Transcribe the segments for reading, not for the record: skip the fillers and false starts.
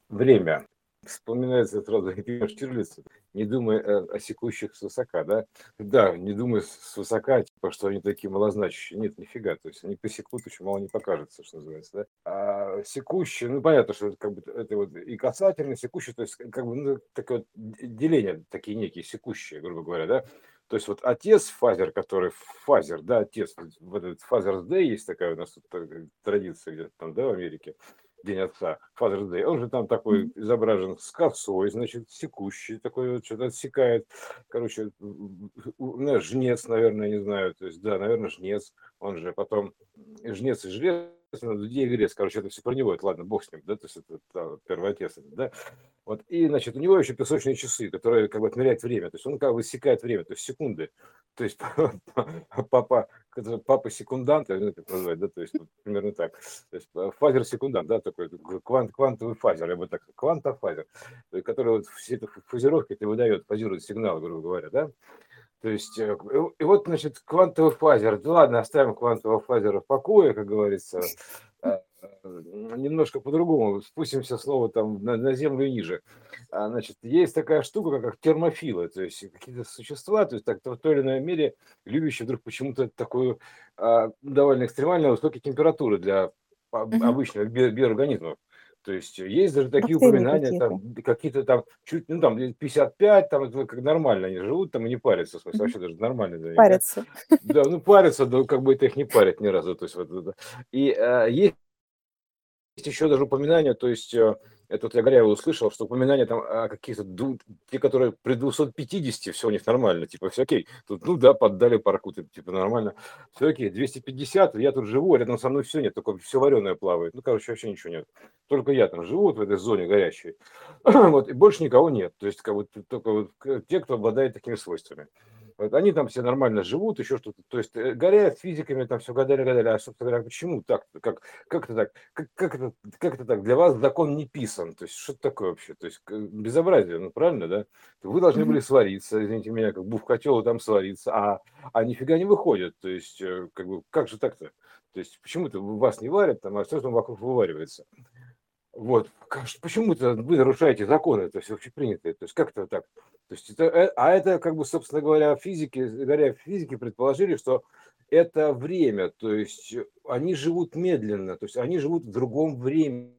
Время. Вспоминается сразу Егор Штирлиц: "Не думай о секущих свысока", да? Да, не думай свысока, типа, что они такие малозначащие. Нет, нифига. То есть они посекут, еще мало не покажется, что называется, да? А секущие, ну, понятно, что это как бы это вот и касательно, секущие, то есть как бы, ну, такое вот деления такие некие, секущие, грубо говоря, да? То есть вот отец Фазер, который Фазер, да, отец, вот этот Father's Day есть такая у нас тут традиция где-то там, да, в Америке. День отца, Father's Day, он же там такой Мгм. изображен с косой, значит, секущий, такой вот что-то отсекает. Короче, ну, жнец, наверное, не знаю, то есть, да, наверное, жнец, он же потом жнец и жрец, людей и грец, короче, это все про него, это ладно, бог с ним, да, то есть это первый отец, да, вот, и, значит, у него еще песочные часы, которые как бы отмеряют время, то есть он как бы секает время, то есть секунды, то есть папа, папа секундант, я не знаю, как назвать, да, то есть вот примерно так. То есть фазер-секундант, да, такой квантовый фазер, я бы так, квантофазер, который вот все это фазировки это выдает, фазирует сигнал, грубо говоря, да. То есть, и вот, значит, квантовый фазер. Да ладно, оставим квантового фазера в покое, как говорится. Немножко по-другому. Спустимся снова там на землю ниже. Значит, есть такая штука, как термофилы, то есть какие-то существа, то есть так, в той или иной мере любящие вдруг почему-то такую довольно экстремально высокие температуры для Мгм. обычных биоорганизмов. То есть есть даже такие Бактерии упоминания, какие-то. там какие-то там чуть, ну там 55, там это как нормально они живут, там и не парятся, в смысле Мгм. вообще даже нормально для них, да? Парятся. Да, ну парятся, да, как бы это их не парит ни разу, то есть вот это. И есть еще даже упоминания, то есть это вот я Горяева услышал, что упоминания там о каких-то, те, которые при 250, все у них нормально, типа, все окей, тут, ну да, поддали парку, типа, нормально, все окей, 250, я тут живу, а рядом со мной все нет, только все вареное плавает, ну, короче, вообще ничего нет, только я там живу вот в этой зоне горящей, вот, и больше никого нет, то есть, как вот, только вот те, кто обладает такими свойствами. Вот они там все нормально живут, еще что-то. То есть горят физиками, там все гадали. А, собственно говоря, почему так? Как это так? Как это так? Для вас закон не писан. То есть, что это такое вообще? То есть, безобразие, ну правильно, да? Вы должны Мгм. были свариться, извините меня, как бы в котел и там свариться, а нифига не выходит. То есть, как бы, как же так-то? То есть, почему-то вас не варят, там, а все там вокруг вываривается. Вот. Почему-то вы нарушаете законы, то есть общепринятые. То есть как это так? То есть это, это как бы, собственно говоря, физики, говоря физики, предположили, что это время, то есть они живут медленно, то есть они живут в другом времени.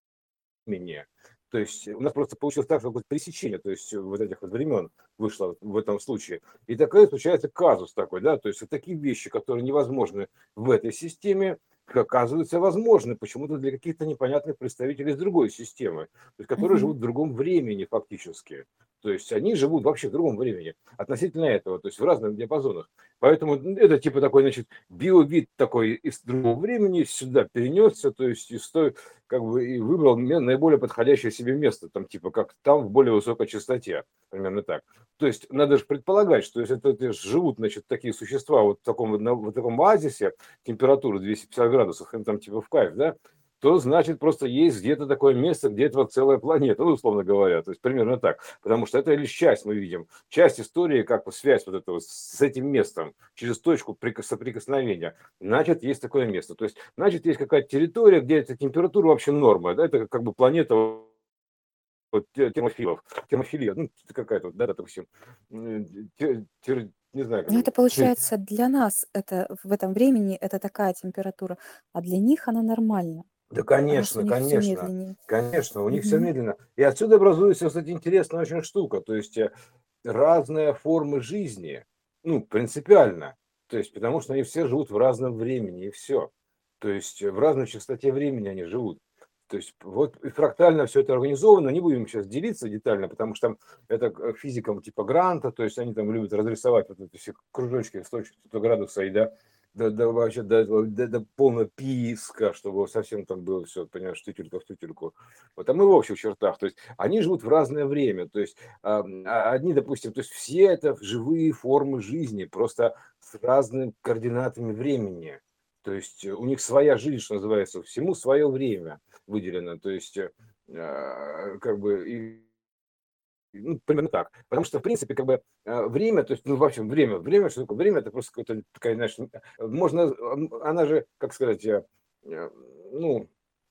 То есть у нас просто получилось так, что какое-то пересечение, то есть вот этих вот времен вышло в этом случае. И такой случается казус такой, да, то есть вот такие вещи, которые невозможны в этой системе, оказываются возможны почему-то для каких-то непонятных представителей из другой системы, то есть которые Мгм. живут в другом времени фактически. То есть они живут вообще в другом времени относительно этого, то есть в разных диапазонах. Поэтому это типа такой, значит, биовид такой из другого времени сюда перенесся, то есть из той, как бы и выбрал наиболее подходящее себе место, там типа как там в более высокой частоте, примерно так. То есть надо же предполагать, что если это живут, значит, такие существа вот в таком, в таком оазисе, температура 250 градусов, им там типа в кайф, да, то значит просто есть где-то такое место, где это вот целая планета, ну, условно говоря, то есть примерно так, потому что это лишь часть мы видим, часть истории, как бы связь вот этого с этим местом, через точку соприкосновения, значит, есть такое место, то есть, значит, есть какая-то территория, где эта температура вообще норма, да, это как бы планета вот, термофилов, термофилия, ну, какая-то, вот, да, допустим, не знаю, Ну, это как, получается для нас это в этом времени это такая температура, а для них она нормальна, да, раз у конечно, них все конечно, медленнее. конечно, у них все Мгм. медленно. И отсюда образуется, кстати, интересная очень штука. То есть разные формы жизни, ну, принципиально. То есть, потому что они все живут в разном времени, и все. То есть в разной частоте времени они живут. То есть вот и фрактально все это организовано. Не будем сейчас делиться детально, потому что там это физикам типа Гранта, то есть они там любят разрисовать вот эти все кружочки 100 градуса и вообще до полного писка, чтобы совсем там было все, понимаешь, тютелька в тютельку. Вот, а мы в общих чертах. То есть они живут в разное время. То есть одни, допустим, то есть все это живые формы жизни, просто с разными координатами времени. То есть у них своя жизнь, что называется, всему свое время выделено. То есть как бы ну, примерно так. Потому что, в принципе, как бы время, то есть, ну, в общем, время, что такое время, это просто какая-то такая, знаешь, можно, она же, как сказать, ну,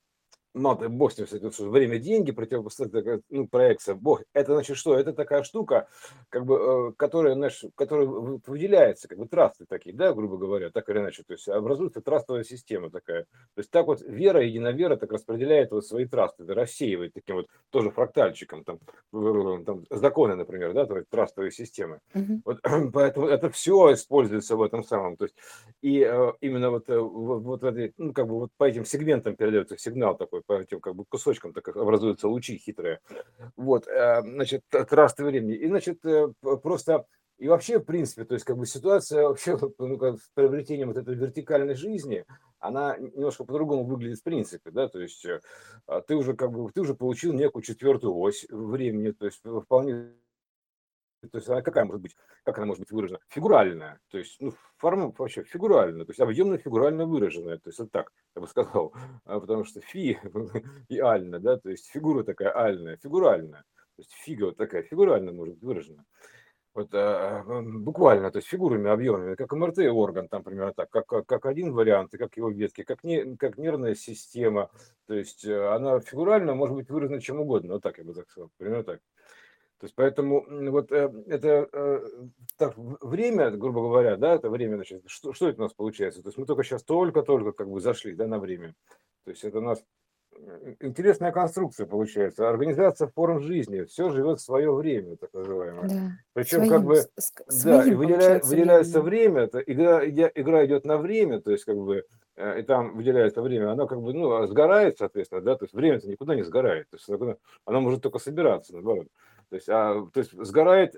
Бог с ним, кстати, вот что время деньги, противопоставить такая, ну, проекция, Бог. Это значит что? Это такая штука, как бы, которая, знаешь, которая выделяется, как бы трасты такие, да, грубо говоря, так или иначе. То есть образуется трастовая система такая. То есть так вот вера, единовера так распределяет вот свои трасты, да, рассеивает таким вот тоже фрактальчиком, там, там законы, например, да, то есть трастовые системы. Мгм. Вот, поэтому это все используется в этом самом. То есть и именно вот, вот в этой, ну, как бы вот по этим сегментам передается сигнал такой, по этим как бы кусочкам так образуются лучи хитрые. Вот, значит, трасты времени. И, значит, просто, и вообще, в принципе, то есть как бы ситуация вообще ну, как с приобретением вот этой вертикальной жизни, она немножко по-другому выглядит в принципе, да, то есть ты уже как бы, ты уже получил некую четвертую ось времени, то есть вполне, то есть она какая может быть, как она может быть выражена? Фигуральная, то есть, ну, форма вообще фигуральная, то есть объемно-фигурально выраженная, то есть вот так, я бы сказал, потому что фи и ально, да, то есть фигура такая альная, фигуральная, то есть фига вот такая фигурально может быть выражена. Вот буквально, то есть фигурами, объемами, как МРТ-орган, там примерно так, как один вариант, и как его ветки, как нервная система, то есть она фигурально может быть выражена чем угодно, вот так я бы так сказал, примерно так. То есть поэтому вот это так, время, грубо говоря, да, это время, значит, что это у нас получается? То есть мы только сейчас только-только как бы зашли, да, на время. То есть это у нас интересная конструкция получается. Организация форм жизни, все живет в свое время, так называемое. Да, Причем как своим, бы, да, и своим получается выделяется временем. время, это игра идет на время, то есть как бы и там выделяется время, оно как бы, ну, сгорает, соответственно, да, то есть время-то никуда не сгорает, то есть оно может только собираться, наоборот. То есть сгорает,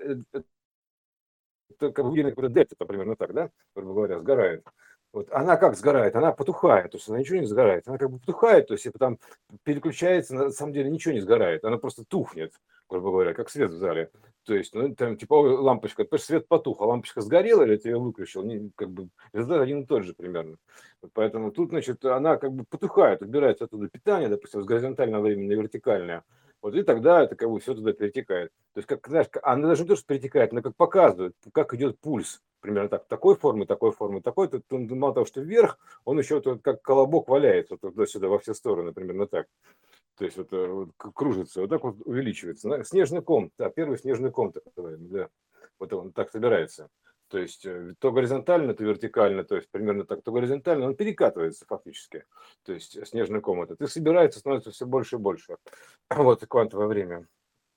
это как бы выделенный какой-то дельта, это примерно так, да, грубо говоря, сгорает. Вот она как сгорает? Она потухает, то есть она ничего не сгорает. Она как бы потухает, то есть и потом переключается, на самом деле ничего не сгорает, она просто тухнет, грубо говоря, как свет в зале. То есть, ну, там, типа, ой, лампочка, то есть свет потух, а лампочка сгорела или ты ее выключил, как бы, результат один и тот же примерно. Вот поэтому тут, значит, она как бы потухает, убирается оттуда питание, допустим, с горизонтального времени на вертикальное, вот и тогда это как бы все туда перетекает. То есть, как, знаешь, она даже не то, что перетекает, она как показывает, как идет пульс. Примерно так, такой формы, такой формы, такой. Тут он мало того, что вверх, он еще вот как колобок валяется вот туда-сюда во все стороны, примерно так. То есть вот, вот кружится, вот так вот увеличивается. Снежный ком, да, первый снежный ком, так называемый, да. Вот он так собирается. То есть то горизонтально, то вертикально, то есть примерно так, то горизонтально, он перекатывается фактически. То есть снежный ком этот. И собирается, становится все больше и больше. Вот и квантовое время.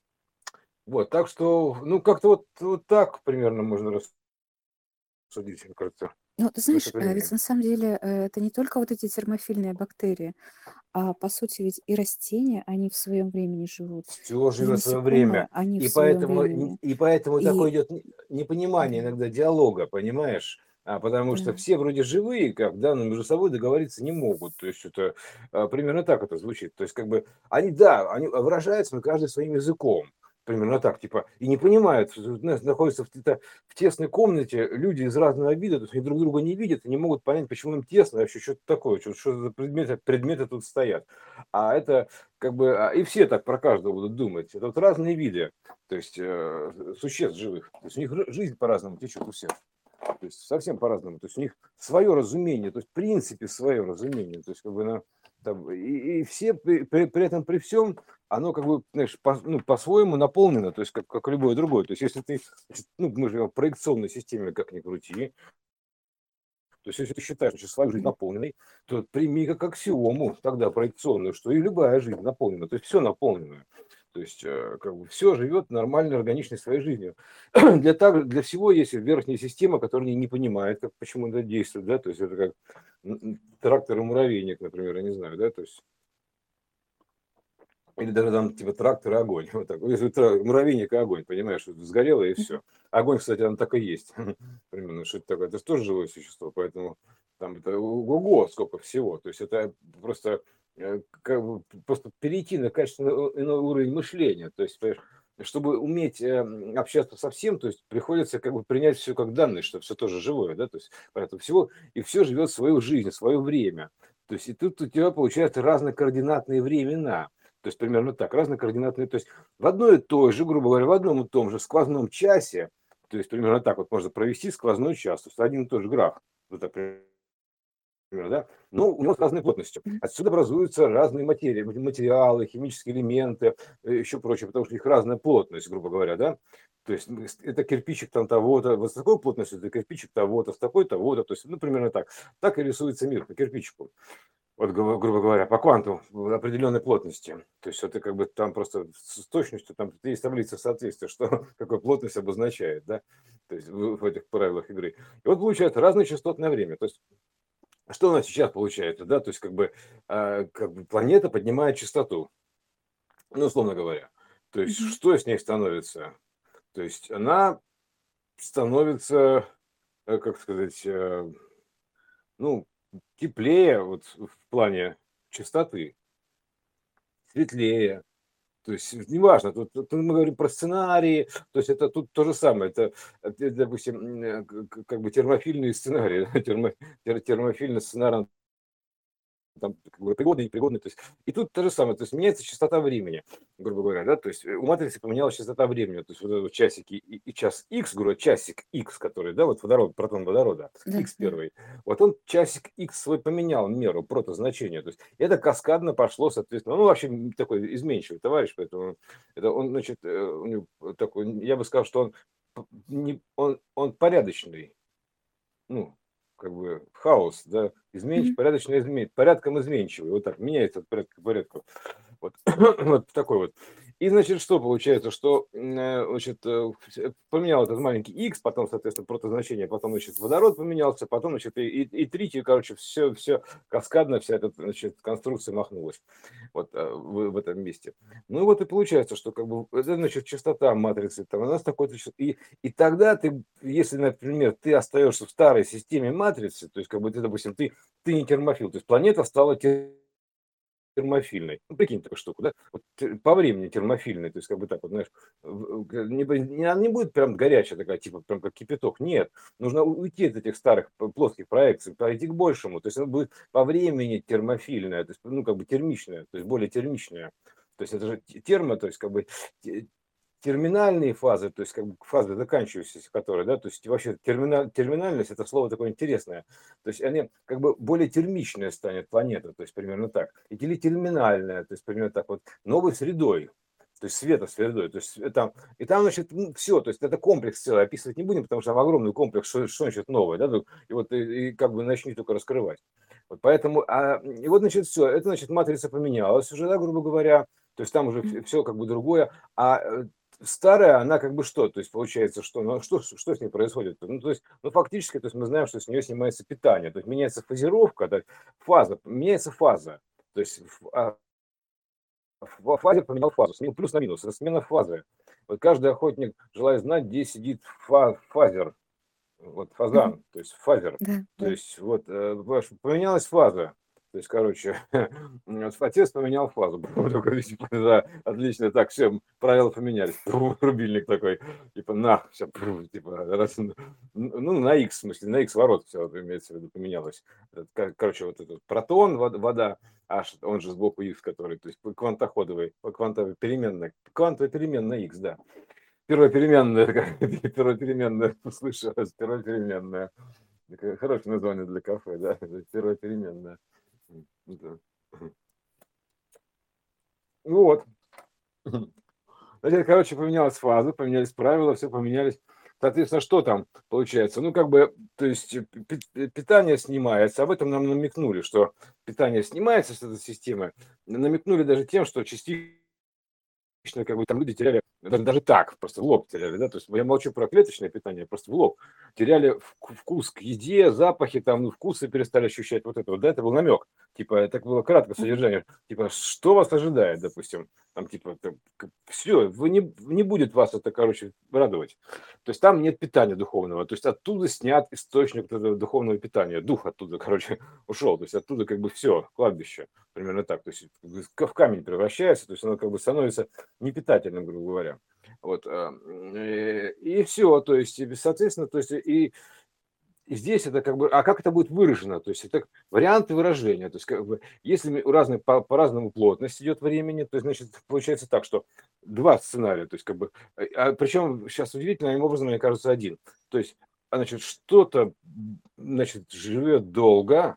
Вот, так что, ну, как-то вот так примерно можно рассудить, мне кажется, Ну, ты знаешь, насчет времени. ведь на самом деле это не только вот эти термофильные бактерии, а по сути ведь и растения, они в своем времени живут, Все и живет в свое насекомые, время. они в И своем поэтому, времени. и поэтому такое И идет непонимание да, иногда диалога, понимаешь? Потому что да. все вроде живые, как, да, но между собой договориться не могут. То есть это примерно так это звучит. То есть как бы они, да, они выражаются, но каждый своим языком. Примерно так, типа, и не понимают, знаешь, находятся в тесной комнате люди из разного вида, то есть они друг друга не видят и не могут понять, почему им тесно, вообще что-то такое, что за предметы тут стоят. А это как бы, и все так про каждого будут думать. Это вот разные виды, то есть существ живых. То есть у них жизнь по-разному течет у всех. То есть совсем по-разному. То есть у них свое разумение, то есть в принципе свое разумение. То есть как бы там, и все при этом при всем оно как бы, знаешь, ну, по-своему наполнено, то есть как любое другое. То есть если ты, значит, ну, мы живем в проекционной системе, как ни крути, то есть, если ты считаешь значит, свою жизнь Мгм. наполненной, то прими как аксиому тогда проекционную, что и любая жизнь наполнена, то есть все наполнено. То есть, как бы все живет нормальной, органичной своей жизнью. Для всего есть верхняя система, которая не понимает, как, почему это действует, да, то есть это как трактор и муравейник, например, я не знаю, да, то есть или даже там типа трактор и огонь. Вот так. Если муравейник и огонь, понимаешь, вот сгорело и Мгм. все. Огонь, кстати, он так и есть. Примерно, что это такое. Это же тоже живое существо, поэтому там это ого, сколько всего. То есть это просто как бы просто перейти на качественно иной уровень мышления. То есть, понимаешь, чтобы уметь общаться со всем, то есть приходится как бы принять все как данные, что все тоже живое, да, то есть поэтому всего, и все живет свою жизнь, свое время. То есть и тут у тебя получается разнокоординатные времена. То есть примерно так, разнокоординатные. То есть в одной и той же, грубо говоря, в одном и том же сквозном часе, то есть примерно так вот можно провести сквозной час, то есть один и тот же граф. Вот так например, да, но у него с разной плотностью. Мгм. Отсюда образуются разные материи, материалы, химические элементы, еще прочее, потому что у них разная плотность, грубо говоря, да. То есть это кирпичик там того-то, вот с такой плотностью, это кирпичик того-то, с такой того-то, то есть, ну, примерно так. Так и рисуется мир по кирпичику. Вот, грубо говоря, по кванту в определенной плотности. То есть это как бы там просто с точностью, там есть таблица соответствия, что какую плотность обозначает, да, то есть в этих правилах игры. И вот получается разное частотное время. То есть что у нас сейчас получается, да, то есть как бы планета поднимает частоту, ну, условно говоря. То есть Мгм. что с ней становится? То есть она становится, как сказать, ну, теплее вот в плане частоты, светлее. То есть неважно, тут мы говорим про сценарии, то есть это тут то же самое. Это, допустим, как бы термофильные сценарии, термофильный сценарий там как бы пригодный, непригодный. То есть, и тут то же самое, то есть меняется частота времени, грубо говоря, да, то есть у матрицы поменялась частота времени, то есть вот это вот часики и час X, грубо говоря, часик X, который, да, вот водород, протон водорода, Да, X да. первый, вот он часик X свой поменял меру, протозначение, то есть это каскадно пошло, соответственно, ну, вообще такой изменчивый товарищ, поэтому это он, значит, у него такой, я бы сказал, что он, он порядочный, ну, как бы хаос, да, Мгм. порядочно порядком изменчивый, вот так, меняется от порядка к порядку. Вот, вот такой вот. И, значит, что получается, что, значит, поменял этот маленький X, потом, соответственно, протозначение, потом, значит, водород поменялся, потом, значит, и тритий, короче, все каскадно, вся эта, значит, конструкция махнулась вот в этом месте. Ну, вот и получается, что, как бы, это, значит, частота матрицы, там, у нас такой-то, и тогда ты, если, например, ты остаешься в старой системе матрицы, то есть, как бы, ты, допустим, ты не термофил, то есть планета стала термофильной. Ну, прикинь такую штуку, да? Вот по времени термофильной, то есть как бы так вот, знаешь, она не будет прям горячая такая, типа прям как кипяток. Нет, нужно уйти от этих старых плоских проекций, пойти к большему. То есть она будет по времени термофильная, то есть, ну, как бы термичная, то есть более термичная. То есть это же термо, то есть как бы терминальные фазы, то есть как бы фазы заканчивающиеся, которые, да, то есть вообще терминальность это слово такое интересное, то есть они как бы более термичная станет планета, то есть примерно так, или терминальная, то есть примерно так вот, новой средой, то есть светосредой, то есть там, и там, значит, все, то есть это комплекс целый, описывать не будем, потому что там огромный комплекс, что значит новое, да, и вот и как бы начни только раскрывать. Вот поэтому, и вот, значит, все, это, значит, матрица поменялась уже, да, грубо говоря, то есть там уже М. все как бы другое, а старая, она как бы что? То есть получается, что, ну, что с ней происходит? Ну, то есть, ну, фактически, то есть мы знаем, что с нее снимается питание, то есть меняется фазировка, то есть фаза, меняется фаза. То есть в фазе поменял фазу, сменил плюс на минус, это смена фазы. Вот каждый охотник желает знать, где сидит фазер, вот Мгм. фазан, то есть фазер. Да, То да. есть вот поменялась фаза. То есть, короче, отец поменял фазу. Только, видите, да, отлично, так, все, правила поменялись. Рубильник такой, типа, на, все, типа, раз, ну, на X, в смысле, на X ворот все имеется в виду, поменялось. Короче, вот этот протон, вода, H, он же сбоку X, который, то есть квантовая переменная X, да. Первая переменная, первая переменная, услышалась, первая переменная. Такое хорошее название для кафе, да, первая переменная. Да. Ну вот. Значит, короче, поменялась фаза, поменялись правила, все поменялись. Соответственно, что там получается? Ну, как бы, то есть питание снимается. Об этом нам намекнули, что питание снимается с этой системы. Намекнули даже тем, что частично как бы там люди теряли, даже так, просто в лоб теряли, да, то есть я молчу про клеточное питание, просто в лоб теряли вкус к еде, запахи, там, ну, вкусы перестали ощущать, вот это вот, да, это был намек, типа, это было краткое Мгм. содержание, типа, что вас ожидает, допустим, там, типа, все, не будет вас это, короче, радовать, то есть там нет питания духовного, то есть оттуда снят источник этого духовного питания, дух оттуда, короче, ушел, то есть оттуда как бы все, кладбище, примерно так, то есть в камень превращается, то есть оно как бы становится непитательным, грубо говоря. Вот, и все, то есть, соответственно, то есть, и здесь это как бы, а как это будет выражено? То есть это варианты выражения. То есть как бы, если по-разному плотность идет времени, то есть, значит, получается так, что два сценария. То есть как бы, причем сейчас удивительным образом, мне кажется, один. То есть, значит, что-то, значит, живет долго,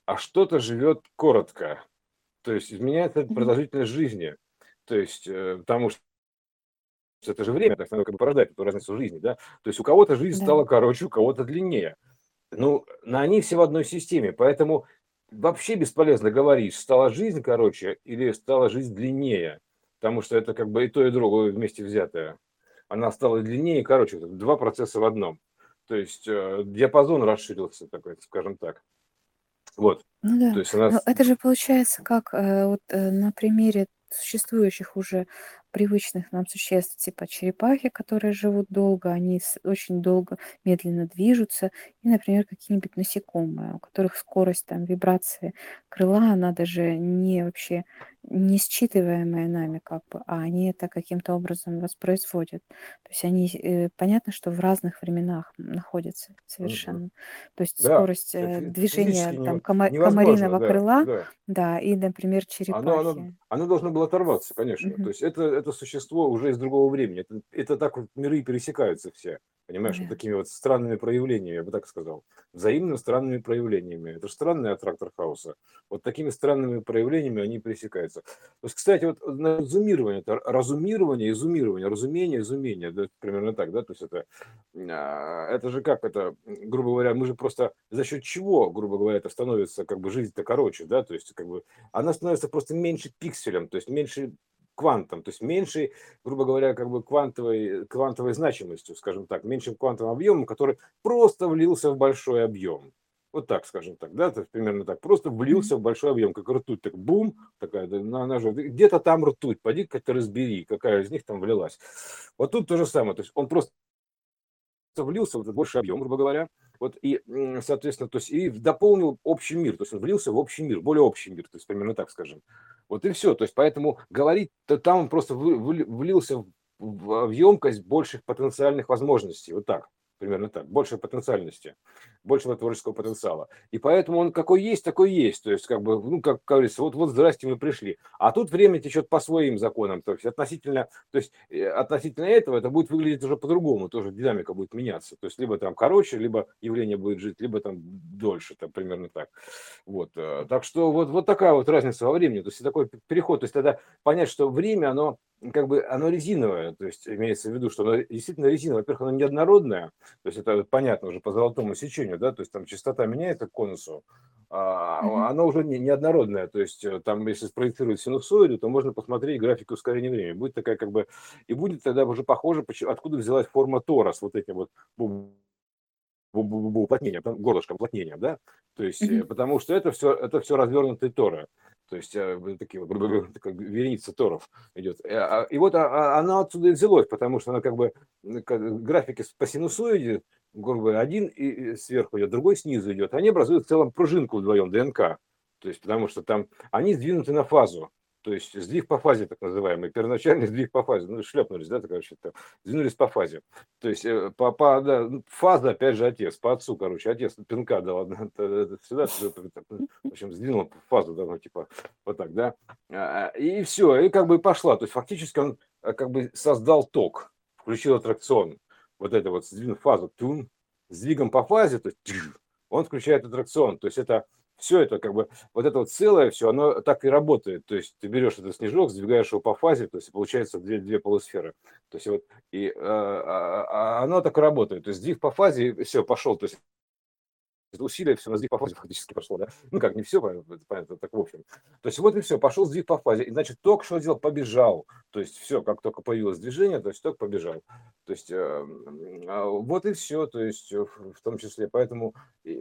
а что-то живет коротко. То есть изменяется Мгм. продолжительность жизни. То есть, потому что это же время, так оно как бы порождает эту разницу в жизни, да. То есть у кого-то жизнь Да. стала короче, у кого-то длиннее. Ну, на они все в одной системе, поэтому вообще бесполезно говорить, стала жизнь короче или стала жизнь длиннее, потому что это как бы и то, и другое вместе взятое. Она стала длиннее и короче, это 2 процесса в одном. То есть, диапазон расширился такой, скажем так. Вот. Ну То да. есть у Но нас это же получается как, вот, на примере существующих уже привычных нам существ, типа черепахи, которые живут долго, они очень долго, медленно движутся, и, например, какие-нибудь насекомые, у которых скорость там вибрации крыла, она даже не вообще не считываемая нами как бы, а они это каким-то образом воспроизводят. То есть они, понятно, что в разных временах находятся мгм. совершенно. То есть Да, скорость, физически движения там невозможно, комариного да, крыла, да. да, и, например, Оно черепахи. оно должно было оторваться, конечно. То Мгм. есть это существо уже из другого времени. Это так вот миры пересекаются все, понимаешь, вот Да. такими вот странными проявлениями, я бы так сказал. Взаимно странными проявлениями. Это же странный аттрактор хаоса. Вот такими странными проявлениями они пересекаются. То есть, кстати, вот на зумирование, это разумирование, изумирование, разумение, изумение, да, примерно так, да, то есть это же как это, грубо говоря, мы же просто за счет чего, грубо говоря, это становится как бы жизнь-то короче, да, то есть как бы она становится просто меньше пикселем, то есть меньше квантом, то есть меньше, грубо говоря, как бы квантовой значимостью, скажем так, меньшим квантовым объемом, который просто влился в большой объем. Вот так, скажем так, да, то есть примерно так, просто Мгм. влился в большой объем, как ртуть, так бум, такая, да, она же, где-то там ртуть, поди-ка ты разбери, какая из них там влилась. Вот тут то же самое, то есть он просто влился в этот больший объем, грубо говоря, вот и, соответственно, то есть и дополнил общий мир, то есть он влился в общий мир, более общий мир, то есть примерно так скажем. Вот и все, то есть поэтому говорить, то там он просто влился в емкость больших потенциальных возможностей, вот так, примерно так, большей потенциальности, большего творческого потенциала. И поэтому он какой есть, такой есть, то есть как бы, ну, как говорится, вот здрасте, мы пришли. А тут время течет по своим законам, то есть относительно этого это будет выглядеть уже по-другому, тоже динамика будет меняться. То есть либо там короче, либо явление будет жить, либо там дольше, там примерно так. Вот, так что вот такая вот разница во времени, то есть такой переход, то есть тогда понять, что время, оно как бы оно резиновое, то есть имеется в виду, что оно действительно резиновое, во-первых, оно неоднородное, то есть это понятно уже по золотому сечению, да, то есть там частота меняется к конусу, Мгм. оно уже неоднородное, то есть там, если спроецировать синусоиду, то можно посмотреть график ускорения времени, будет такая как бы, и будет тогда уже похоже, откуда взялась форма Тора с вот этим вот уплотнением, горлышком уплотнением, да, то есть, Мгм. потому что это все развернутые Торы, то есть такие вот, грубо говоря, такая вереница Торов идет. И вот она отсюда и взялось, потому что она как бы графики по синусоиде, грубо говоря, один и сверху идет, другой снизу идет, они образуют в целом пружинку вдвоем, ДНК, то есть потому что там они сдвинуты на фазу, то есть сдвиг по фазе, так называемый, первоначальный сдвиг по фазе, ну, шлепнулись, да, короче, сдвинулись по фазе. То есть да, фаза, опять же, отец, по отцу, короче, отец пинка дал сюда, в общем, сдвинул фазу, да, ну, типа, вот так, да, и все, и как бы пошла, то есть фактически он как бы создал ток, включил аттракцион, вот это вот, сдвинув фазу, тун, сдвигом по фазе, то есть он включает аттракцион, то есть это все это как бы, вот это вот целое все, оно так и работает, то есть ты берешь этот снежок, сдвигаешь его по фазе, то есть получается две полусферы, то есть вот и оно так и работает. То есть сдвиг по фазе, все, пошел. То есть это усилие, все на сдвиг по фазе фактически пошло, да? Ну как, не все, понятно, так в общем. То есть вот и все, пошел сдвиг по фазе. И значит, ток что делал? Побежал. То есть все, как только появилось движение, то есть ток побежал. То есть вот и все, то есть в том числе. Поэтому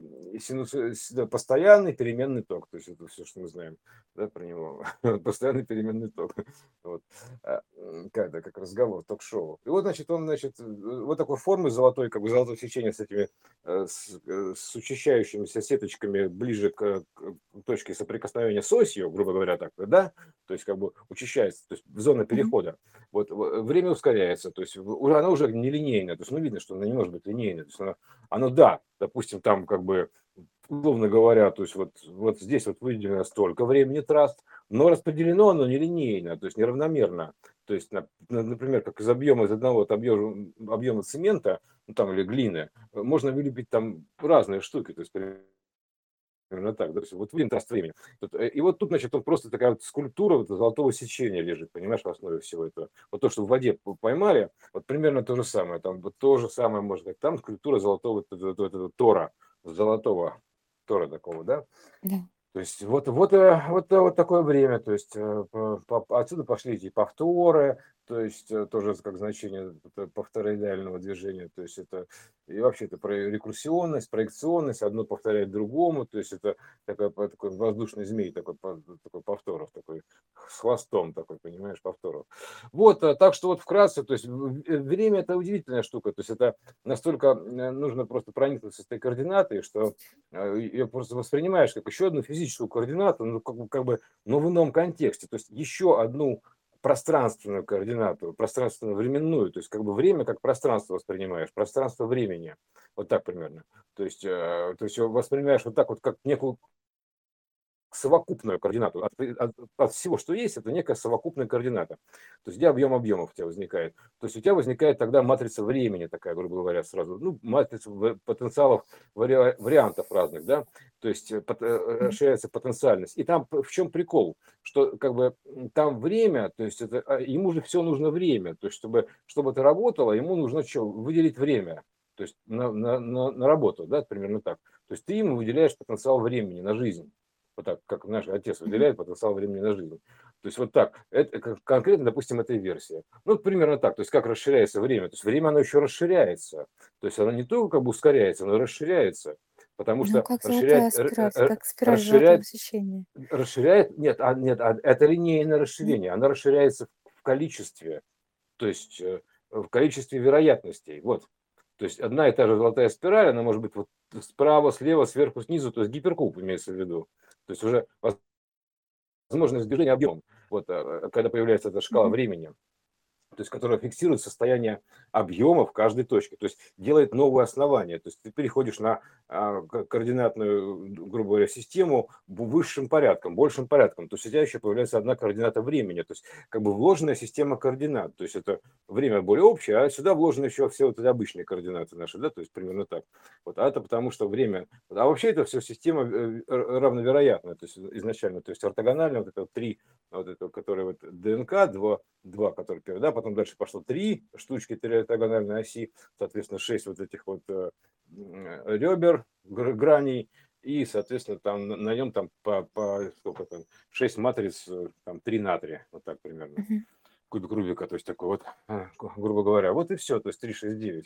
да, постоянный переменный ток. То есть это все, что мы знаем, да, про него. Постоянный переменный ток. Вот. Как разговор, ток-шоу. И вот, значит, он, значит, вот такой формы золотой, как бы золотое сечение с этими с учащающимися сеточками ближе к точке соприкосновения с осью, грубо говоря, так, да, то есть как бы учащается, то есть зона Мгм. перехода, вот время ускоряется, то есть уже оно уже нелинейное, то есть ну видно, что оно не может быть линейное, то есть оно да, допустим, там как бы условно говоря, то есть вот здесь вот выделено столько времени трасс, но распределено оно нелинейно, то есть неравномерно. То есть, например, как из одного вот объема цемента, ну, там, или глины, можно вылепить там разные штуки. То есть, примерно так, да, то есть вот время, траст времени. И вот тут, значит, он просто такая вот скульптура вот золотого сечения лежит, понимаешь, в основе всего этого. Вот то, что в воде поймали, вот примерно то же самое, там вот то же самое можно сказать, там скульптура золотого Тора, золотого Тора такого, да. Да. То есть вот такое время, то есть отсюда пошли эти повторы, то есть тоже как значение повтороидального движения, то есть это и вообще это про рекурсионность, проекционность, одно повторяет другому, то есть это такой воздушный змей, такой повторов, такой с хвостом такой, понимаешь, повторов. Вот, так что вот вкратце, то есть время это удивительная штука, то есть это настолько нужно просто проникнуться с этой координатой, что ее просто воспринимаешь как еще одну физическую координату, ну, но в ином контексте. То есть еще одну пространственную координату, пространственно-временную. То есть как бы время как пространство воспринимаешь, пространство времени. Вот так примерно. То есть воспринимаешь вот так вот, как некую совокупную координату. От всего, что есть, это некая совокупная координата. То есть где объем объемов у тебя возникает. То есть у тебя возникает тогда матрица времени такая, грубо говоря, сразу. Ну, матрица потенциалов, вариантов разных, да. То есть Мгм. расширяется потенциальность. И там в чем прикол? Что как бы там время, то есть ему же все нужно время. То есть чтобы это работало, ему нужно что? Выделить время. То есть на работу, да, примерно так. То есть ты ему выделяешь потенциал времени на жизнь. Вот так, как наш отец Мгм. выделяет потенциал времени на жизнь. То есть вот так. Это конкретно, допустим, этой версии. Ну, примерно так. То есть как расширяется время. То есть время, оно еще расширяется. То есть оно не только как бы ускоряется, оно расширяется. Потому Ну, что как золотая спираль, как спираль золотого расширяет, сечения. нет, это линейное Нет? расширение. Оно расширяется в количестве. То есть в количестве вероятностей. Вот. То есть одна и та же золотая спираль, она может быть вот справа, слева, сверху, снизу, то есть гиперкуб имеется в виду. То есть уже возможность движения объемом, вот, когда появляется эта шкала Мгм. времени, то есть которая фиксирует состояние объема в каждой точке, то есть делает новое основание. То есть ты переходишь на координатную, грубо говоря, систему высшим порядком, большим порядком. То есть у тебя еще появляется одна координата времени, то есть как бы вложенная система координат. То есть это время более общее, а сюда вложены еще все вот эти обычные координаты наши, да, то есть примерно так. Вот, а это потому что время, а вообще это все система равновероятная, то есть изначально, то есть ортогонально вот это вот три, вот это, которые вот ДНК, два, которые первые, да, потом дальше пошло три штучки, три ортогональной оси, соответственно, шесть вот этих вот ребер, граней, и, соответственно, там на нем там сколько там, 6 матриц, там 3 натрия, вот так примерно, Мгм. кубик Рубика, то есть такой вот, грубо говоря, вот и все, то есть 3, 6, 9.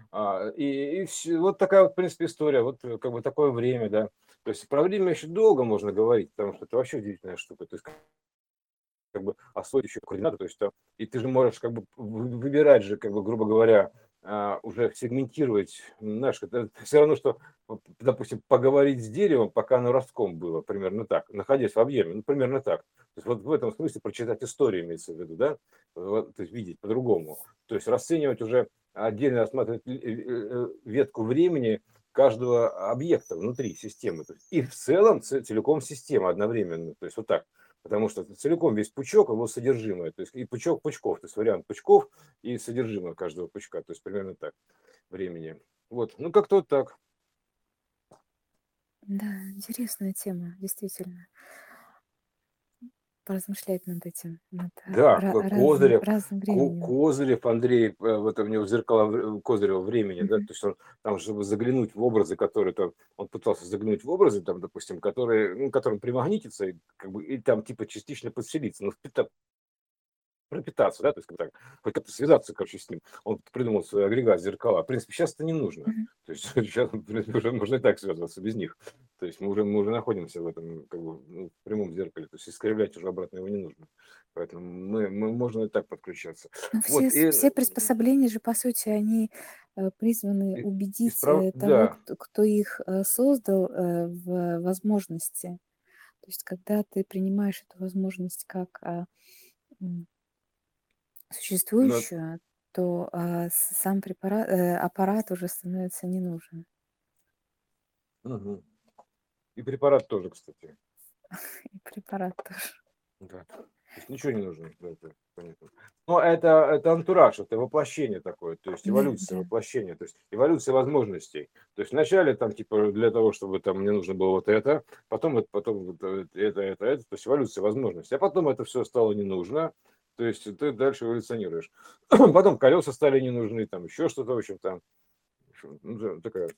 Вот такая вот, в принципе, история, вот как бы такое время, да. То есть про время еще долго можно говорить, потому что это вообще удивительная штука. То есть как бы освоить еще координаты, то есть и ты же можешь как бы выбирать же, как бы, грубо говоря, уже сегментировать, знаешь, это все равно, что, допустим, поговорить с деревом, пока оно ростком было, примерно так, находясь в объеме, ну, примерно так. То есть вот в этом смысле прочитать историю имеется в виду, да, вот, то есть видеть по-другому, то есть расценивать уже отдельно, рассматривать ветку времени каждого объекта внутри системы, то есть и в целом целиком система одновременно, то есть вот так. Потому что целиком весь пучок, его содержимое, то есть и пучок пучков, то есть вариант пучков и содержимое каждого пучка, то есть примерно так времени. Вот, ну как-то вот так. Да, интересная тема, действительно. Поразмышлять над этим, над Да, Козырев, разным временем. Козырев Андрей, вот у него зеркало Козырева времени, да, то Мгм. есть он там, чтобы заглянуть в образы, которые там, он пытался заглянуть в образы, там, допустим, которые, ну, которым примагнититься, и, как бы, и там типа частично подселиться, но пропитаться, да, то есть как так, хоть как-то связаться, короче, с ним. Он придумал свой агрегат зеркала. В принципе, сейчас это не нужно. Мгм. То есть сейчас, в принципе, уже можно и так связываться без них. То есть мы уже находимся в этом, как бы, ну, в прямом зеркале. То есть искривлять уже обратно его не нужно. Поэтому мы можно и так подключаться. Ну, Вот, все приспособления же, по сути, они призваны убедить того, да. кто их создал, в возможности. То есть, когда ты принимаешь эту возможность как м, Но, существующую, то сам аппарат уже становится не нужен. мгм. И препарат тоже, кстати. И препарат тоже. Да. То есть ничего не нужно. Да, это понятно. Но это антураж, это воплощение такое, то есть Да, эволюция, да. воплощение, то есть эволюция возможностей. То есть вначале там типа для того, чтобы там мне нужно было вот это, потом вот это, то есть эволюция возможностей. А потом это все стало не нужно, то есть ты дальше эволюционируешь. Потом колеса стали не нужны, там еще что-то, в общем, там, ну, такая,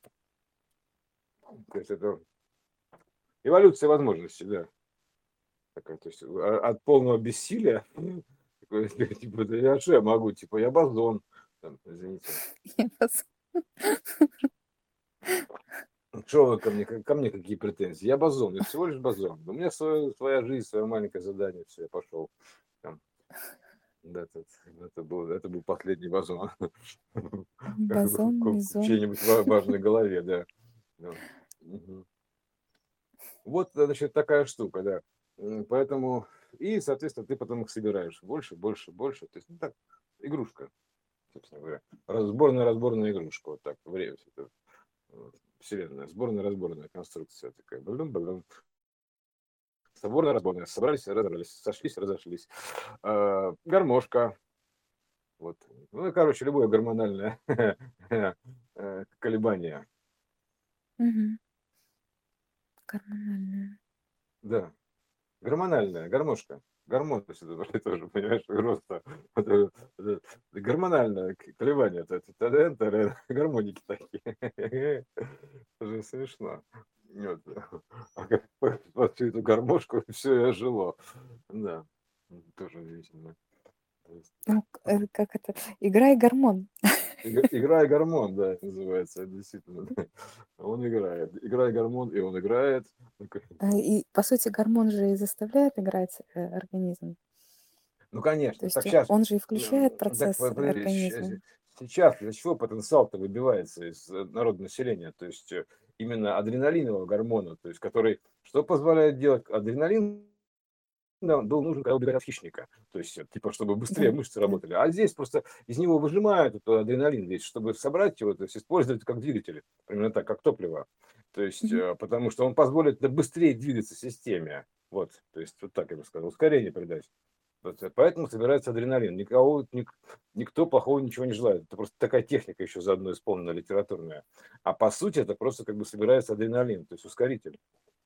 то есть это эволюция возможностей, да. Такая, то есть от полного бессилия, такой, типа, да я что я могу, типа, я бозон, там, извините. Я вас Что вы ко мне какие претензии? Я бозон, я всего лишь бозон. У меня своя жизнь, свое маленькое задание, все, я пошел. Там, да, это был последний бозон бозон, в мезон. чьей-нибудь важной голове, да. Ну, мгм. Вот, значит, такая штука, да. Поэтому, и, соответственно, ты потом их собираешь больше, больше, больше. То есть, ну так, игрушка, собственно говоря. Разборная игрушка, вот так, время, вселенная, сборная-разборная конструкция такая. Блин, соборно-разборная. Собрались, разобрались, сошлись, разошлись. Гармошка. Вот. Ну и, короче, любое гормональное колебание. Мгм. Гормональная. Да. Гормональная, гармошка. Гормон, то есть это тоже, понимаешь, просто гормональное колебание. Гармоники такие. Это же смешно. Вот. А как под всю эту гармошку все и ожило. Да. Тоже удивительно. То есть Ну, как это? Играй гормон. Играй гормон, да, это называется, это действительно. Да. Он играет. Играй гормон, и он играет. И, по сути, гормон же и заставляет играть организм. Ну, То конечно. есть Так сейчас, он же и включает так процесс организма. сейчас из чего потенциал-то выбивается из народа населения? То есть именно адреналинового гормона, то есть который, что позволяет делать адреналин, был нужен, когда убегать от хищника. То есть, типа, чтобы быстрее Да, мышцы да. работали. А здесь просто из него выжимают этот адреналин весь, чтобы собрать его, то есть использовать как двигатель, примерно так, как топливо. То есть, Мгм. потому что он позволит быстрее двигаться системе. Вот, то есть, вот так я бы сказал, ускорение придать. Вот, поэтому собирается адреналин. Никто плохого ничего не желает. Это просто такая техника еще заодно исполнена литературная. А по сути это просто как бы собирается адреналин, то есть ускоритель.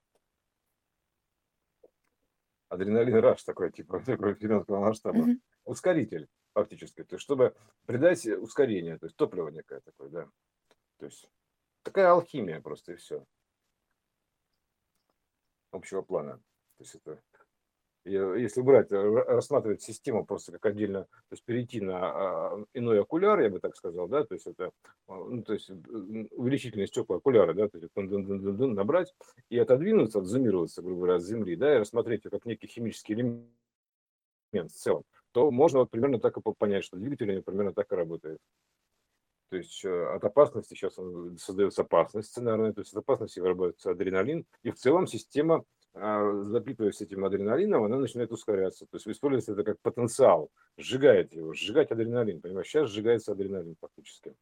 Адреналин раш такой, типа, такой вселенского масштаба. Мгм. Ускоритель фактически. То есть, чтобы придать ускорение, то есть топливо некое такое, да. То есть такая алхимия просто и все общего плана. То есть это если брать, рассматривать систему просто как отдельно, то есть перейти на иной окуляр, я бы так сказал, да, то есть это, ну, то есть увеличительные стекла окуляры, да, то есть набрать и отодвинуться, отзумироваться, грубо говоря, от Земли, да, и рассмотреть ее как некий химический элемент в целом, то можно вот примерно так и понять, что двигатель примерно так и работает. То есть от опасности сейчас создается опасность сценарная, то есть от опасности вырабатывается адреналин, и в целом система, запитываясь этим адреналином, она начинает ускоряться. То есть используется это как потенциал, сжигает его, сжигать адреналин, понимаешь? Сейчас сжигается адреналин фактически.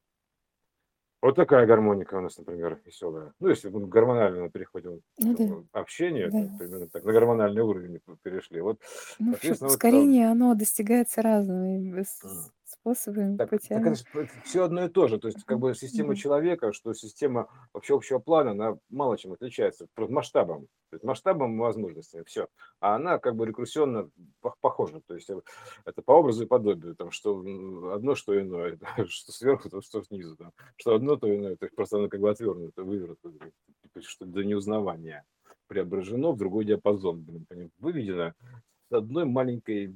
Вот такая гармоника у нас, например, веселая. Ну, если мы к гормональному переходим Ну да, общению, да. то примерно так, на гормональный уровень перешли. Вот, Ну, в общем, соответственно, вот ускорение, оно достигается разными способами, так это путями. все одно и то же. То есть, как Мгм. бы система Да. человека, что система вообще общего плана, она мало чем отличается. Просто масштабом. То есть масштабом и возможностями. Все. А она как бы рекурсионно похожа. То есть это по образу и подобию. Там, что одно, что иное. Что сверху, то что снизу. Там. Что одно, то иное. То есть просто оно как бы отвернуто, вывернуто. Типа, что до неузнавания преображено в другой диапазон. Выведено с одной маленькой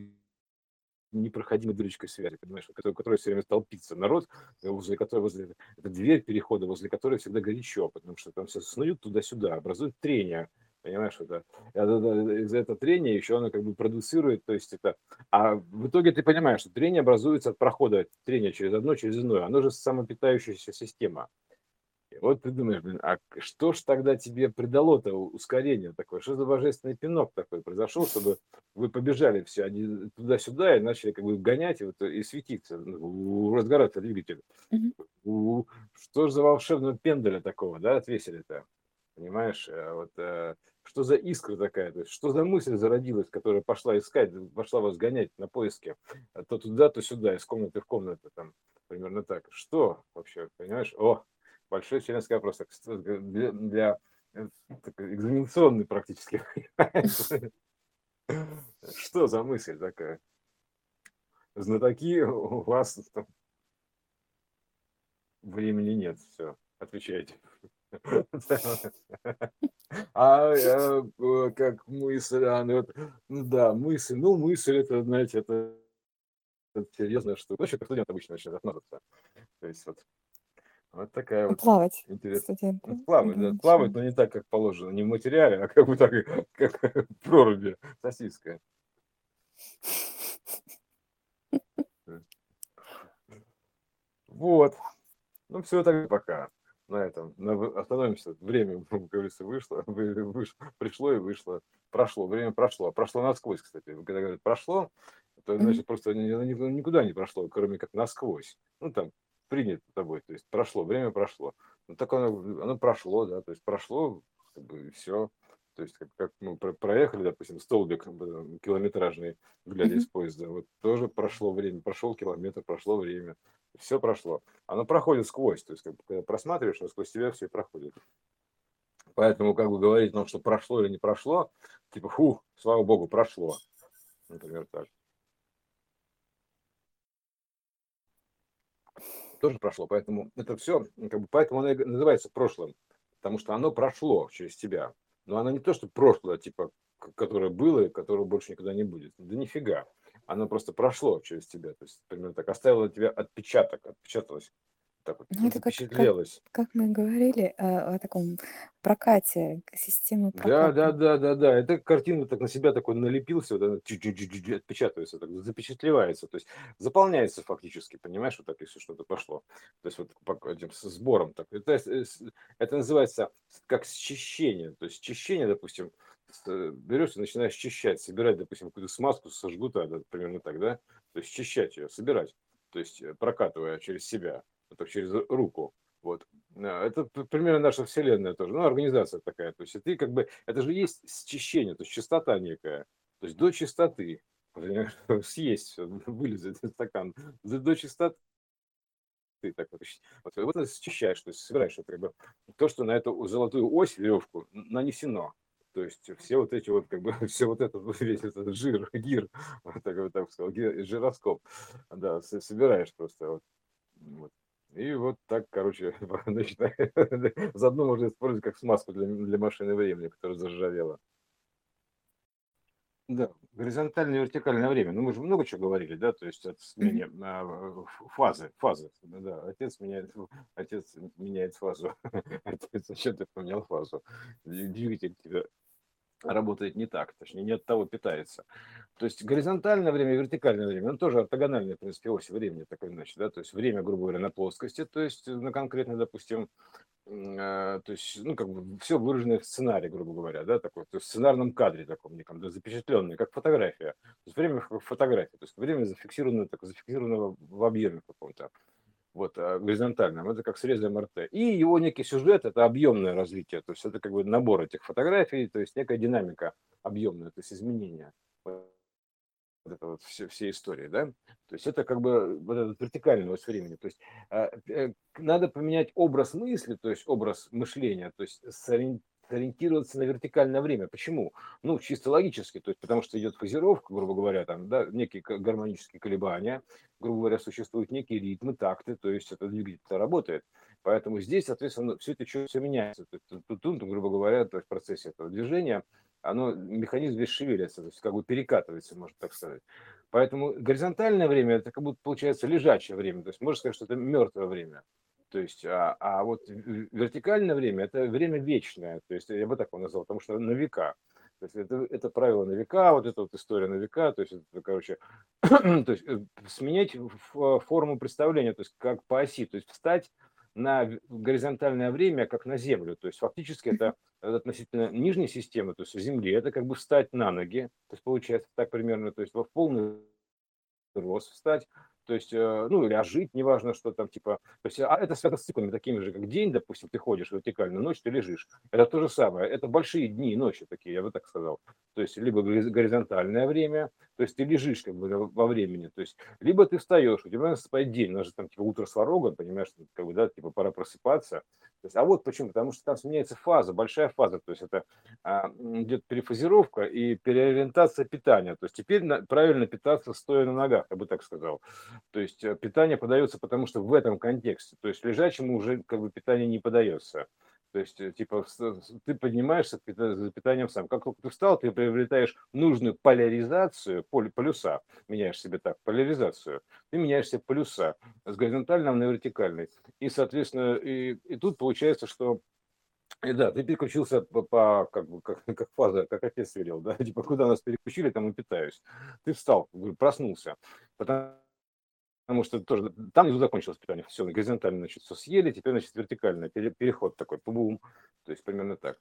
непроходимой дырочкой связи, понимаешь, которая все время толпится народ, возле эта дверь перехода, возле которой всегда горячо, потому что там все снуют туда-сюда, образуют трение, понимаешь, из-за этого трения еще оно как бы продуцирует, то есть это, а в итоге ты понимаешь, что трение образуется от прохода трения через одно, через иное, оно же самопитающаяся система. И вот ты думаешь, блин, а что ж тогда тебе придало-то ускорение такое? Что за божественный пинок такой произошел, чтобы вы побежали все они туда-сюда и начали как бы гонять и, и светиться, разгораться двигатель. Мгм. Что ж за волшебного пенделя такого, да, отвесили-то? Понимаешь, вот что за искра такая, то есть что за мысль зародилась, которая пошла искать, пошла вас гонять на поиски, то туда, то сюда, из комнаты в комнату, там, примерно так. Что вообще, понимаешь? О, большой вселенский вопрос, для такой экзаменационный практически. Что за мысль такая? Знатоки, у вас там времени нет, все, отвечайте. Как мысль, ну, ну да, мысль, ну мысль это, знаете, это серьезная штука. Ну, еще как студент обычно начинает отмазаться. То есть вот такая вот Плавать интересная. студенты. Плавать, да, плавать, Начинают. но не так, как положено, не в материале, а как бы так, как в проруби сосиска. Вот. Ну, все, так пока. На этом. Остановимся. Время, как говорится, пришло и вышло. Прошло. Время прошло. Прошло насквозь, кстати. Когда говорят прошло, то Мгм. значит просто никуда не прошло, кроме как насквозь. Ну, там, принято тобой. То есть прошло, время прошло. Ну, так оно прошло, да. То есть прошло, как бы, и все. То есть, как мы проехали, допустим, столбик километражный, глядя из Мгм. поезда, вот тоже прошло время, прошел километр, прошло время, все прошло. Оно проходит сквозь, то есть, как бы, когда просматриваешь, оно сквозь тебя все проходит. Поэтому, как бы говорить, ну, что прошло или не прошло, типа, фу, слава богу, прошло, например, так. Тоже прошло, поэтому это все, как бы, поэтому оно и называется прошлым, потому что оно прошло через тебя. Но оно не то, что прошлое, типа, которое было и которого больше никогда не будет. Да нифига. Оно просто прошло через тебя. То есть, примерно так, оставило тебя отпечаток, отпечаталось, так вот, Ну, это запечатлелось. как мы говорили о таком прокате, системы Да, да, проката. да, да, да. Это картина так на себя такой налепился, вот она отпечатывается, так запечатлевается, то есть заполняется фактически, понимаешь, вот так, если что-то пошло. То есть вот по этим сбором так. Это называется как счищение. То есть счищение, допустим, берешь и начинаешь счищать, собирать, допустим, какую-то смазку со жгута, да, примерно так, да? То есть счищать ее, собирать, то есть прокатывая через себя, вот так через руку. Вот. Да, это примерно наша Вселенная тоже. Ну, организация такая. То есть, и ты как бы, это же есть счищение, то есть чистота некая. То есть до чистоты. Понимаешь, съесть все, вылезать из стакан. До чистоты. Так вот, вот это счищаешь, то есть собираешь вот, как бы, то, что на эту золотую ось, веревку, нанесено. То есть все вот эти вот, как бы, все вот это, весь этот жир, гир, вот так сказал, жироскоп, да, собираешь просто. Вот. И вот так, короче, начинаю. Заодно можно использовать как смазку для машины времени, которая заржавела. Да, горизонтальное и вертикальное время. Ну, мы же много чего говорили, да, то есть от Мгм. смене фазы. Да, отец меняет фазу. Отец, зачем ты поменял фазу? Двигатель тебя работает не так, точнее, не от того питается. То есть горизонтальное время и вертикальное время, оно тоже ортогональная, в принципе, ось времени, так или иначе, да, то есть время, грубо говоря, на плоскости, то есть на конкретно, допустим, то есть, ну, как бы все выражено в сценарии, грубо говоря, да, такой, то есть в сценарном кадре таком неком, да, запечатленное, как фотография. То есть время как фотография, то есть время зафиксировано, так, зафиксировано в объеме каком-то, вот, горизонтальном, это как срез МРТ. И его некий сюжет, это объемное развитие, то есть это как бы набор этих фотографий, то есть некая динамика объемная, то есть изменения вот это вот все истории, да, то есть это как бы вот этот вертикальный ось времени, то есть надо поменять образ мысли, то есть образ мышления, то есть сориентироваться на вертикальное время. Почему? Ну, чисто логически, то есть потому что идет фазировка, грубо говоря, там, да, некие гармонические колебания, грубо говоря, существуют некие ритмы, такты, то есть это двигатель работает. Поэтому здесь, соответственно, все это все меняется. Тут, грубо говоря, то есть в процессе этого движения оно, механизм весь шевелится, то есть как бы перекатывается, можно так сказать. Поэтому горизонтальное время, это как будто получается лежачее время, то есть можно сказать, что это мертвое время. То есть, а вот вертикальное время, это время вечное, то есть я бы так его назвал, потому что на века. То есть это правило на века, вот эта вот история на века, то есть, это, короче, то есть сменять форму представления, то есть как по оси, то есть встать на горизонтальное время, как на Землю. То есть фактически это относительно нижней системы, то есть в Земле, это как бы встать на ноги, то есть получается так примерно, то есть в полный рост встать, То есть, ну, или жить, неважно, что там, типа, то есть, это связано с циклами такими же, как день, допустим, ты ходишь вертикально, ночь ты лежишь. Это то же самое. Это большие дни и ночи такие, я бы так сказал. То есть, либо горизонтальное время, то есть ты лежишь как бы во времени, то есть, либо ты встаешь, у тебя наступает день, у нас же там типа утро сварога, понимаешь, как бы, да, типа пора просыпаться. То есть, а вот почему, потому что там сменяется фаза, большая фаза, то есть это идет перефазировка и переориентация питания. То есть теперь правильно питаться стоя на ногах, я бы так сказал. То есть питание подается, потому что в этом контексте. То есть лежачему уже как бы питание не подается. То есть, типа, ты поднимаешься за питанием сам. Как только ты встал, ты приобретаешь нужную поляризацию, полюса, меняешь себе так, поляризацию, ты меняешь себе полюса с горизонтального на вертикальный. И, соответственно, и тут получается, что и да, ты переключился как бы, как фаза, как отец велел, да, типа, куда нас переключили, там и питаюсь. Ты встал, говорю, проснулся, потому что тоже там внизу закончилось питание, все, горизонтально, значит, все съели, теперь, значит, вертикально, переход такой, бум, то есть примерно так.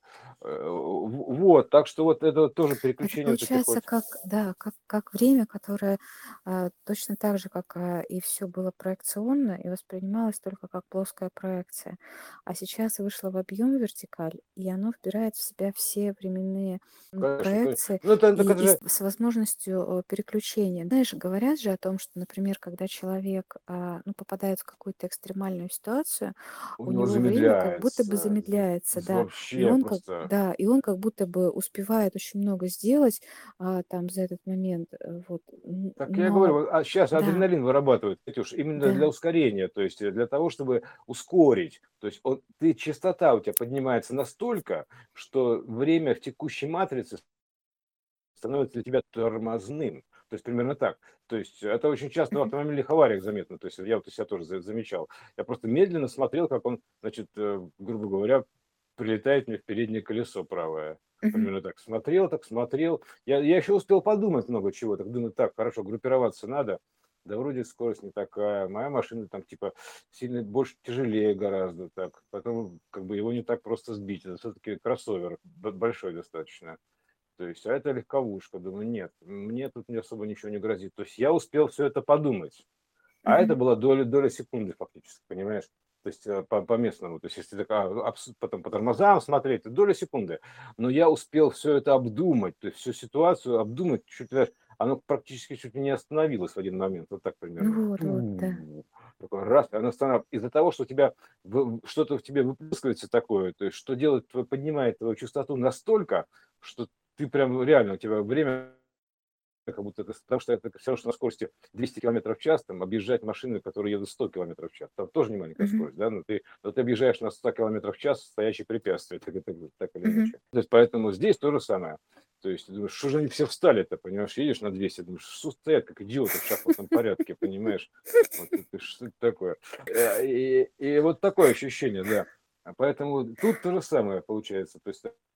Вот, так что вот это вот тоже Это переключение вот этих получается вот. как, да, как время, которое точно так же, как и все было проекционно и воспринималось только как плоская проекция. А сейчас вышло в объем вертикаль, и оно вбирает в себя все временные Конечно, конечно. проекции Ну, это, так это и же с возможностью переключения. Знаешь, говорят же о том, что, например, когда человек ну, попадает в какую-то экстремальную ситуацию, у у него него время как будто бы замедляется, замедляется, да, и вообще он как, просто. да, и он как будто бы успевает очень много сделать там за этот момент, вот, Так я но говорю, а сейчас да, адреналин вырабатывают, Катюш, именно для да, ускорения, то есть для того, чтобы ускорить. То есть частота у тебя поднимается настолько, что время в текущей матрице становится для тебя тормозным. То есть примерно так. То есть это очень часто в мгм, автомобильных авариях заметно. То есть я вот у себя тоже замечал. Я просто медленно смотрел, как он, значит, грубо говоря, прилетает мне в переднее колесо правое. мгм, Примерно так. Смотрел, так смотрел. Я еще успел подумать много чего. Так думаю, так, хорошо, группироваться надо. Да вроде скорость не такая. Моя машина там типа сильно больше тяжелее гораздо. Так. Потом как бы его не так просто сбить. Это все-таки кроссовер большой достаточно. То есть, а это легковушка. Думаю, нет, мне тут не особо ничего не грозит. То есть я успел все это подумать. А это мгм. была доля секунды фактически, понимаешь? То есть по местному. То есть если так, потом по тормозам смотреть, то доля секунды. Но я успел все это обдумать, то есть всю ситуацию обдумать, чуть ли, оно практически чуть ли не остановилось в один момент, вот так примерно. Ну вот, да. Такой раз, оно останавливается. Из-за того, что у тебя что-то в тебе выплескивается такое, то есть что делает, поднимает твою частоту настолько, что ты прям реально, у тебя время как будто это, потому что это все равно, что на скорости 200 километров в час, там, объезжать машины, которые едут 100 километров в час. Там тоже не маленькая Мгм, скорость, да, но ты объезжаешь на 100 километров в час стоящие препятствия, так или мгм. иначе. То есть поэтому здесь то же самое. То есть думаешь, что же они все встали-то, понимаешь, едешь на 200, думаешь, что стоят, как идиоты в шахматном порядке, понимаешь? Вот это что это такое? И вот такое ощущение, да. Поэтому тут то же самое получается. То есть